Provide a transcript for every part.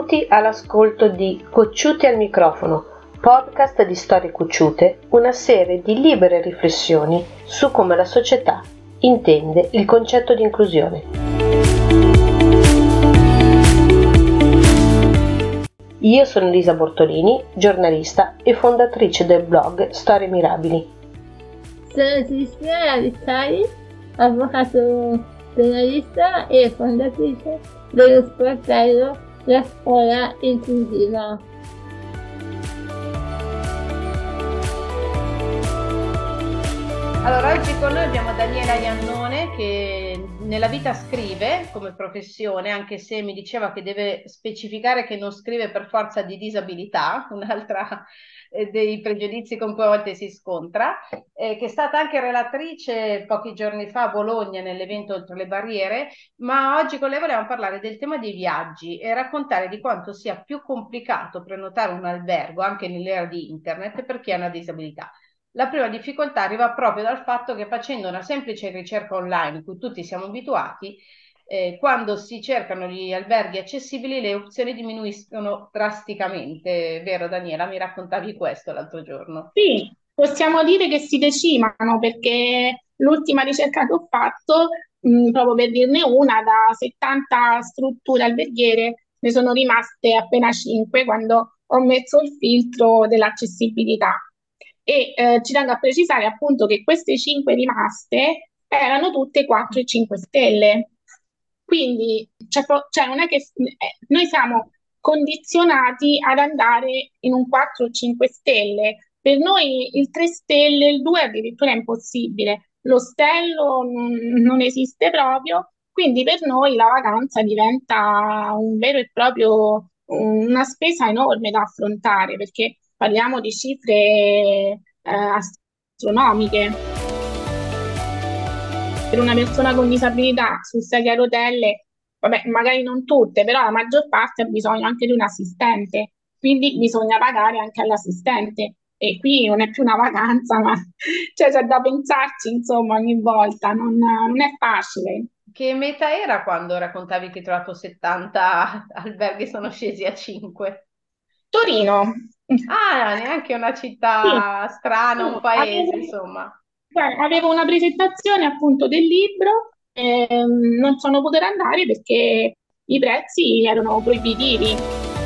Benvenuti all'ascolto di Cocciuti al microfono, podcast di storie cocciute, una serie di libere riflessioni su come la società intende il concetto di inclusione. Io sono Elisa Bortolini, giornalista e fondatrice del blog Storie Mirabili. Sono Cristina Rizzari, avvocato penalista e fondatrice dello sportello La Scuola Inclusiva. Allora, oggi con noi abbiamo Daniela Iannone che nella vita scrive come professione, anche se mi diceva che deve specificare che non scrive per forza di disabilità, un'altra dei pregiudizi con cui a volte si scontra, che è stata anche relatrice pochi giorni fa a Bologna nell'evento Oltre le Barriere, ma oggi con lei volevamo parlare del tema dei viaggi e raccontare di quanto sia più complicato prenotare un albergo anche nell'era di internet per chi ha una disabilità. La prima difficoltà arriva proprio dal fatto che facendo una semplice ricerca online, cui tutti siamo abituati, quando si cercano gli alberghi accessibili le opzioni diminuiscono drasticamente, vero Daniela? Mi raccontavi questo l'altro giorno. Sì, possiamo dire che si decimano perché l'ultima ricerca che ho fatto, proprio per dirne una, da 70 strutture alberghiere ne sono rimaste appena 5 quando ho messo il filtro dell'accessibilità. E ci tengo a precisare appunto che queste 5 rimaste erano tutte 4 e 5 stelle. Quindi non è che noi siamo condizionati ad andare in un 4 o 5 stelle. Per noi il 3 stelle, il 2 addirittura è impossibile. Lo stello non esiste proprio, quindi per noi la vacanza diventa un vero e proprio una spesa enorme da affrontare, perché parliamo di cifre astronomiche. Per una persona con disabilità su sedia a rotelle, vabbè, magari non tutte, però la maggior parte ha bisogno anche di un assistente, quindi bisogna pagare anche all'assistente. E qui non è più una vacanza, ma c'è da pensarci, insomma, ogni volta, non è facile. Che meta era quando raccontavi che hai trovato 70 alberghi sono scesi a 5? Torino. Ah, neanche una città strana, un paese, insomma. Avevo una presentazione appunto del libro, non sono potuta andare perché i prezzi erano proibitivi.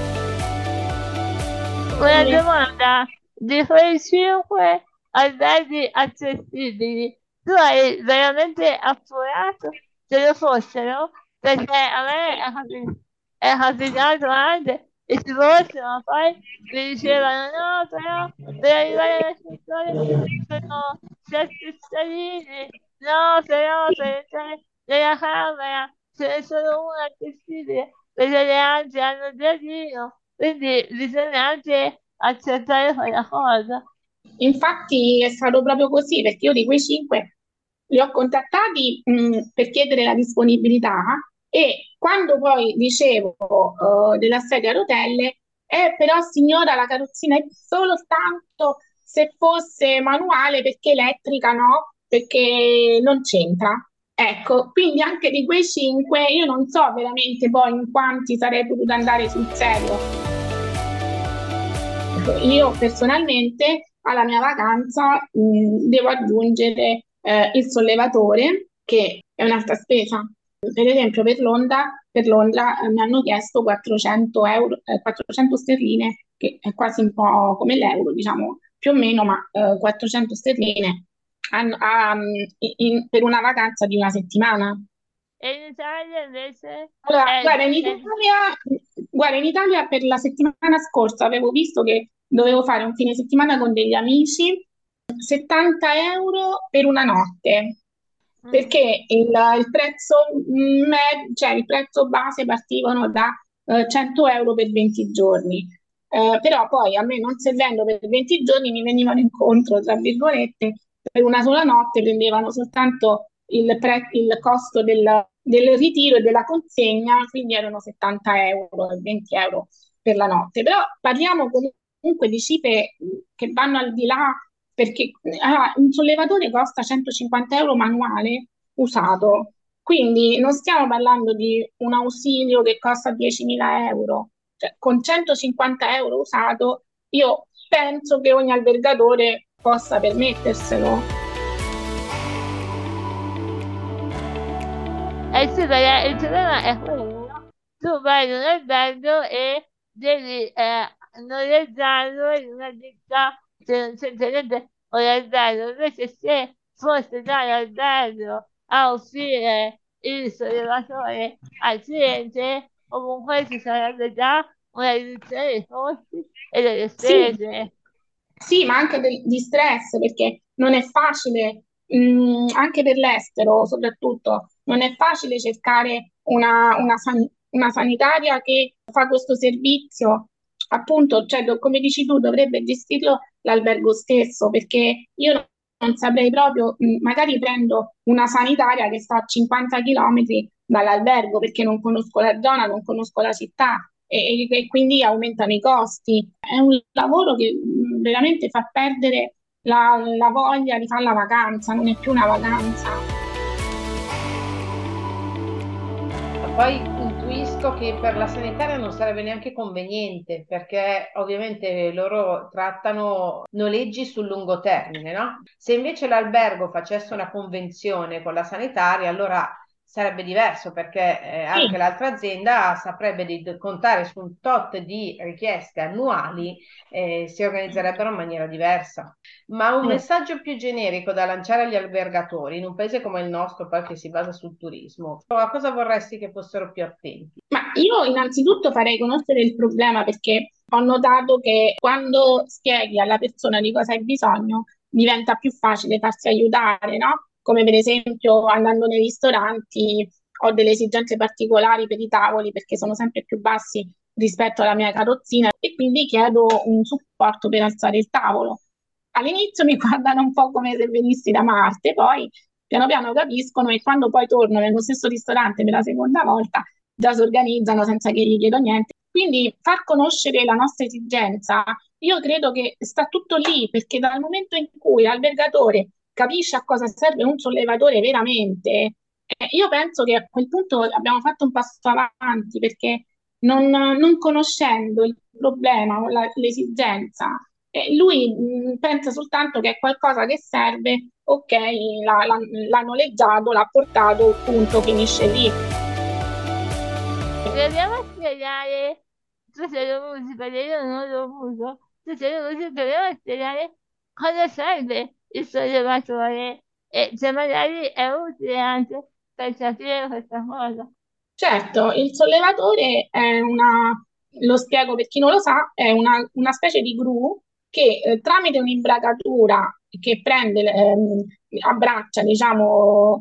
Una domanda, di quei 5 alberghi accessibili, tu hai veramente appurato se lo fossero? Perché a me è capitato anche e ci fossero, poi mi dicevano no, però per arrivare all'ascensore sono 7 stellini, no, però per entrare nella camera ce n'è solo una accessibile perché le altre hanno giardino, quindi bisogna anche accettare quella cosa. Infatti è stato proprio così, perché io di quei 5 li ho contattati per chiedere la disponibilità e quando poi dicevo della sedia a rotelle, però signora la carrozzina è solo tanto se fosse manuale perché elettrica no, perché non c'entra. Ecco, quindi anche di quei 5 io non so veramente poi in quanti sarei potuta andare sul serio. Io personalmente alla mia vacanza devo aggiungere il sollevatore, che è un'altra spesa. Per esempio per Londra mi hanno chiesto 400 euro, 400 sterline, che è quasi un po' come l'euro, diciamo, più o meno, ma 400 sterline per una vacanza di una settimana. E in Italia invece Allora, guarda, in Italia per la settimana scorsa avevo visto che dovevo fare un fine settimana con degli amici, 70 euro per una notte, perché il prezzo, cioè il prezzo base partivano da 100 euro per 20 giorni. Però poi a me non servendo per 20 giorni mi venivano incontro, tra virgolette, per una sola notte prendevano soltanto il costo del ritiro e della consegna, quindi erano 70 euro e 20 euro per la notte. Però parliamo comunque di cifre che vanno al di là, perché un sollevatore costa 150 euro manuale usato, quindi non stiamo parlando di un ausilio che costa 10.000 euro. Cioè, con 150 euro usato, io penso che ogni albergatore possa permetterselo. Sì, perché il problema è quello, no? Tu vai in un albergo e devi noleggiarlo in una ditta che non c'entra niente con l'albergo. Invece se fosse già l'albergo a offrire il sollevatore al cliente, comunque ci sarebbe già una riduzione dei costi e delle Sì, spese. sì, ma anche di stress, perché non è facile, anche per l'estero soprattutto, non è facile cercare una sanitaria che fa questo servizio. Appunto, cioè, come dici tu, dovrebbe gestirlo l'albergo stesso, perché io non saprei proprio, magari prendo una sanitaria che sta a 50 km dall'albergo perché non conosco la zona, non conosco la città e quindi aumentano i costi. È un lavoro che veramente fa perdere la voglia di fare la vacanza, non è più una vacanza. Poi intuisco che per la sanitaria non sarebbe neanche conveniente, perché ovviamente loro trattano noleggi sul lungo termine, no? Se invece l'albergo facesse una convenzione con la sanitaria, allora sarebbe diverso, perché Sì, anche l'altra azienda saprebbe di contare su un tot di richieste annuali, si organizzerebbero in maniera diversa. Ma un sì. messaggio più generico da lanciare agli albergatori in un paese come il nostro, poi che si basa sul turismo, a cosa vorresti che fossero più attenti? Ma io innanzitutto farei conoscere il problema perché ho notato che quando spieghi alla persona di cosa hai bisogno diventa più facile farsi aiutare, no? Come per esempio andando nei ristoranti ho delle esigenze particolari per i tavoli perché sono sempre più bassi rispetto alla mia carrozzina e quindi chiedo un supporto per alzare il tavolo. All'inizio mi guardano un po' come se venissi da Marte, poi piano piano capiscono e quando poi torno nello stesso ristorante per la seconda volta già si organizzano senza che gli chiedo niente. Quindi far conoscere la nostra esigenza, io credo che sta tutto lì, perché dal momento in cui l'albergatore capisce a cosa serve un sollevatore veramente, io penso che a quel punto abbiamo fatto un passo avanti, perché non conoscendo il problema o l'esigenza, lui pensa soltanto che è qualcosa che serve, ok, l'ha noleggiato, l'ha portato, punto, finisce lì. Proviamo a spiegare, tu sei lo usi perché io non lo uso, tu sei lo usi, proviamo a spiegare cosa serve il sollevatore e se magari è utile anche per capire questa cosa. Certo, il sollevatore è lo spiego per chi non lo sa, è una specie di gru che tramite un'imbragatura che abbraccia, diciamo,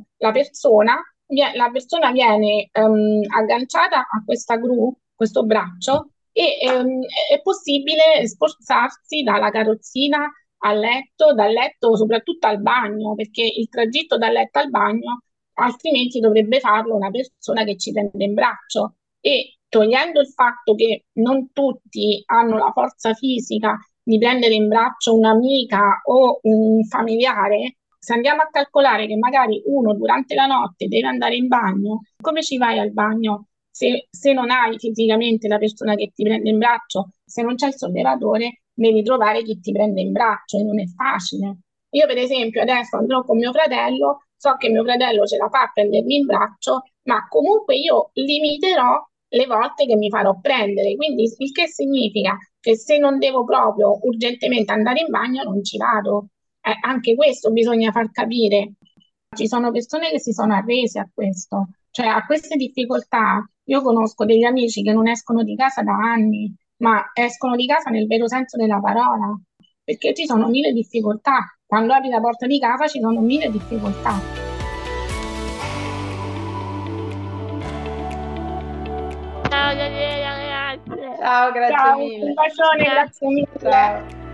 la persona viene agganciata a questa gru, questo braccio, e è possibile spostarsi dalla carrozzina al letto, dal letto soprattutto al bagno, perché il tragitto dal letto al bagno altrimenti dovrebbe farlo una persona che ci prende in braccio e togliendo il fatto che non tutti hanno la forza fisica di prendere in braccio un'amica o un familiare, se andiamo a calcolare che magari uno durante la notte deve andare in bagno, come ci vai al bagno se non hai fisicamente la persona che ti prende in braccio, se non c'è il sollevatore, devi trovare chi ti prende in braccio e non è facile. Io, per esempio, adesso andrò con mio fratello, so che mio fratello ce la fa a prendermi in braccio, ma comunque io limiterò le volte che mi farò prendere. Quindi il che significa che se non devo proprio urgentemente andare in bagno, non ci vado. Anche questo bisogna far capire. Ci sono persone che si sono arrese a questo, cioè a queste difficoltà. Io conosco degli amici che non escono di casa da anni, ma escono di casa nel vero senso della parola perché ci sono mille difficoltà. Quando apri la porta di casa ci sono mille difficoltà. Ciao Daniela, grazie. Ciao, grazie Ciao, mille. un bacione, grazie mille. Ciao.